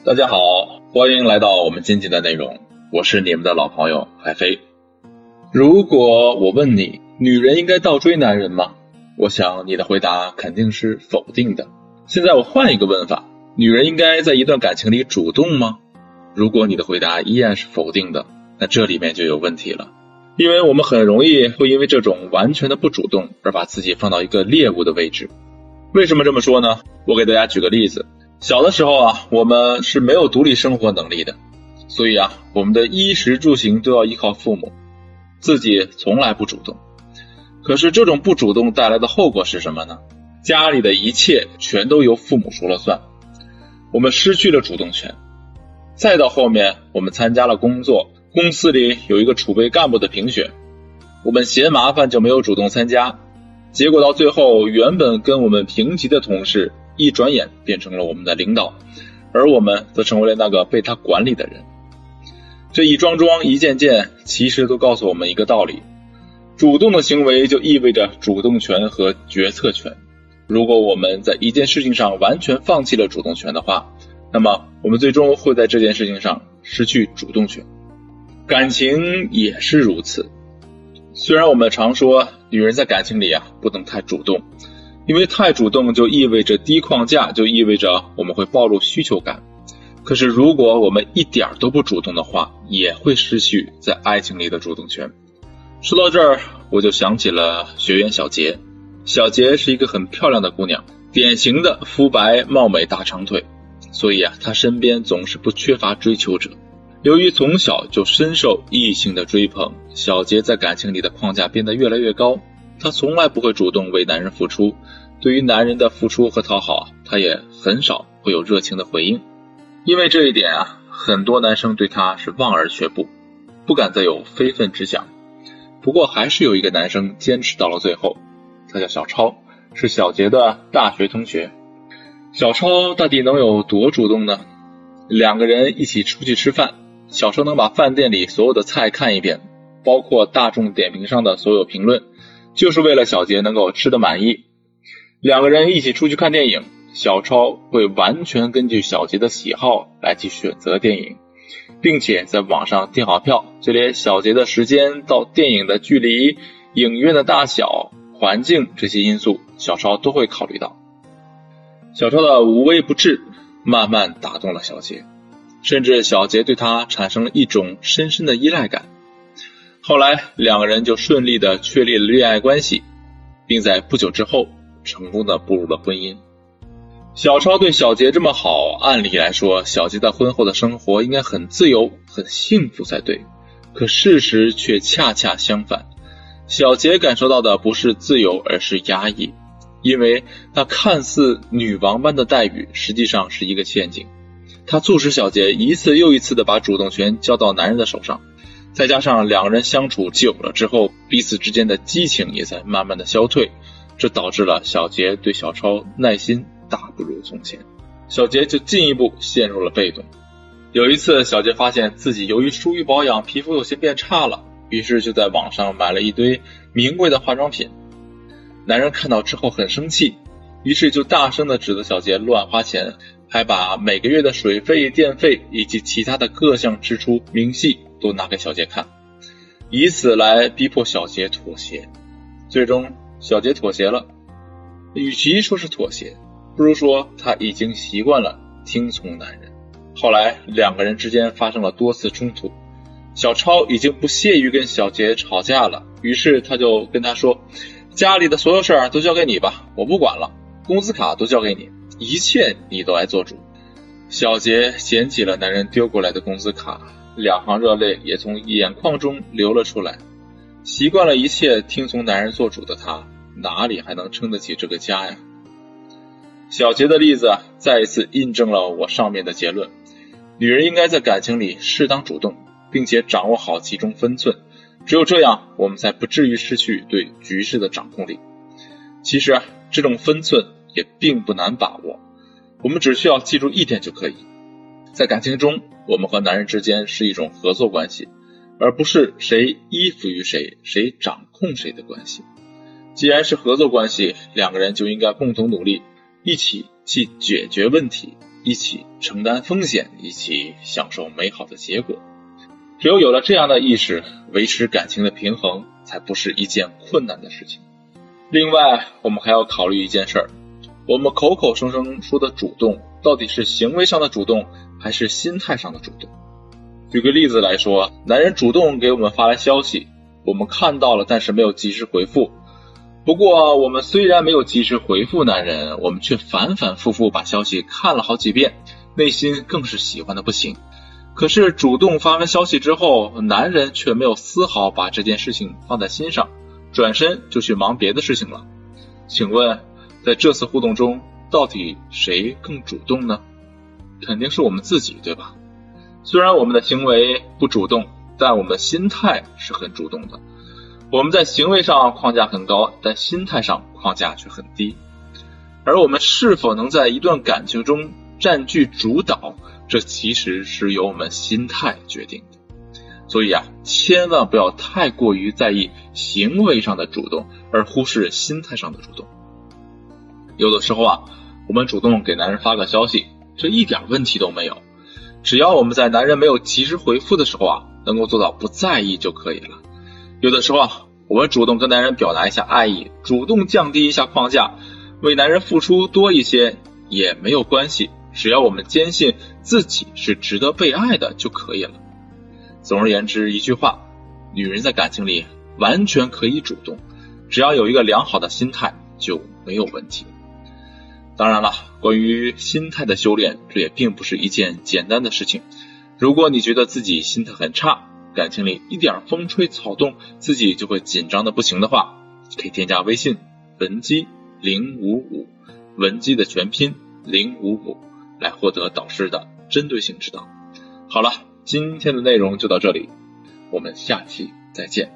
大家好，欢迎来到我们今天的内容，我是你们的老朋友海飞。如果我问你，女人应该倒追男人吗？我想你的回答肯定是否定的。现在我换一个问法，女人应该在一段感情里主动吗？如果你的回答依然是否定的，那这里面就有问题了。因为我们很容易会因为这种完全的不主动而把自己放到一个猎物的位置。为什么这么说呢？我给大家举个例子，小的时候我们是没有独立生活能力的，所以我们的衣食住行都要依靠父母，自己从来不主动。可是这种不主动带来的后果是什么呢？家里的一切全都由父母说了算，我们失去了主动权。再到后面，我们参加了工作，公司里有一个储备干部的评选，我们嫌麻烦就没有主动参加，结果到最后，原本跟我们平级的同事一转眼变成了我们的领导，而我们则成为了那个被他管理的人。这一桩桩一件件其实都告诉我们一个道理，主动的行为就意味着主动权和决策权。如果我们在一件事情上完全放弃了主动权的话，那么我们最终会在这件事情上失去主动权。感情也是如此。虽然我们常说女人在感情里不能太主动，因为太主动就意味着低框架，就意味着我们会暴露需求感。可是如果我们一点都不主动的话，也会失去在爱情里的主动权。说到这儿，我就想起了学员小杰。小杰是一个很漂亮的姑娘，典型的肤白貌美大长腿，所以她身边总是不缺乏追求者。由于从小就深受异性的追捧，小杰在感情里的框架变得越来越高，她从来不会主动为男人付出，对于男人的付出和讨好，她也很少会有热情的回应。因为这一点很多男生对她是望而却步，不敢再有非分之想。不过还是有一个男生坚持到了最后，他叫小超，是小杰的大学同学。小超到底能有多主动呢？两个人一起出去吃饭，小超能把饭店里所有的菜看一遍，包括大众点评上的所有评论，就是为了小杰能够吃得满意。两个人一起出去看电影，小超会完全根据小杰的喜好来去选择电影，并且在网上订好票，就连小杰的时间到电影的距离、影院的大小、环境这些因素，小超都会考虑到。小超的无微不至慢慢打动了小杰，甚至小杰对他产生了一种深深的依赖感。后来两个人就顺利的确立了恋爱关系，并在不久之后成功的步入了婚姻。小超对小杰这么好，按理来说小杰在婚后的生活应该很自由很幸福才对，可事实却恰恰相反。小杰感受到的不是自由，而是压抑，因为那看似女王般的待遇实际上是一个陷阱，它促使小杰一次又一次的把主动权交到男人的手上。再加上两个人相处久了之后，彼此之间的激情也在慢慢的消退，这导致了小杰对小超耐心大不如从前，小杰就进一步陷入了被动。有一次小杰发现自己由于疏于保养，皮肤有些变差了，于是就在网上买了一堆名贵的化妆品。男人看到之后很生气，于是就大声的指责小杰乱花钱，还把每个月的水费、电费以及其他的各项支出明细都拿给小杰看，以此来逼迫小杰妥协。最终小杰妥协了，与其说是妥协，不如说他已经习惯了听从男人。后来两个人之间发生了多次冲突，小超已经不屑于跟小杰吵架了，于是他就跟他说，家里的所有事儿都交给你吧，我不管了，工资卡都交给你，一切你都来做主。小杰捡起了男人丢过来的工资卡，两行热泪也从眼眶中流了出来。习惯了一切听从男人做主的他，哪里还能撑得起这个家呀？小杰的例子再一次印证了我上面的结论，女人应该在感情里适当主动，并且掌握好其中分寸，只有这样我们才不至于失去对局势的掌控力。其实这种分寸也并不难把握，我们只需要记住一点就可以，在感情中我们和男人之间是一种合作关系，而不是谁依附于谁，谁掌控谁的关系。既然是合作关系，两个人就应该共同努力，一起去解决问题， 一起承担风险，一起享受美好的结果。只有有了这样的意识，维持感情的平衡才不是一件困难的事情。另外，我们还要考虑一件事儿，我们口口声声说的主动，到底是行为上的主动，还是心态上的主动？举个例子来说，男人主动给我们发来消息，我们看到了，但是没有及时回复。不过我们虽然没有及时回复男人，我们却反反复复把消息看了好几遍，内心更是喜欢的不行。可是主动发完消息之后，男人却没有丝毫把这件事情放在心上，转身就去忙别的事情了。请问在这次互动中，到底谁更主动呢？肯定是我们自己，对吧？虽然我们的行为不主动，但我们的心态是很主动的。我们在行为上框架很高，但心态上框架却很低。而我们是否能在一段感情中占据主导，这其实是由我们心态决定的。所以千万不要太过于在意行为上的主动，而忽视心态上的主动。有的时候我们主动给男人发个消息，这一点问题都没有。只要我们在男人没有及时回复的时候能够做到不在意就可以了。有的时候我们主动跟男人表达一下爱意，主动降低一下框架，为男人付出多一些也没有关系，只要我们坚信自己是值得被爱的就可以了。总而言之，一句话，女人在感情里完全可以主动，只要有一个良好的心态就没有问题。当然了，关于心态的修炼，这也并不是一件简单的事情。如果你觉得自己心态很差，感情里一点风吹草动自己就会紧张的不行的话，可以添加微信文姬055，文姬的全拼055，来获得导师的针对性指导。好了，今天的内容就到这里，我们下期再见。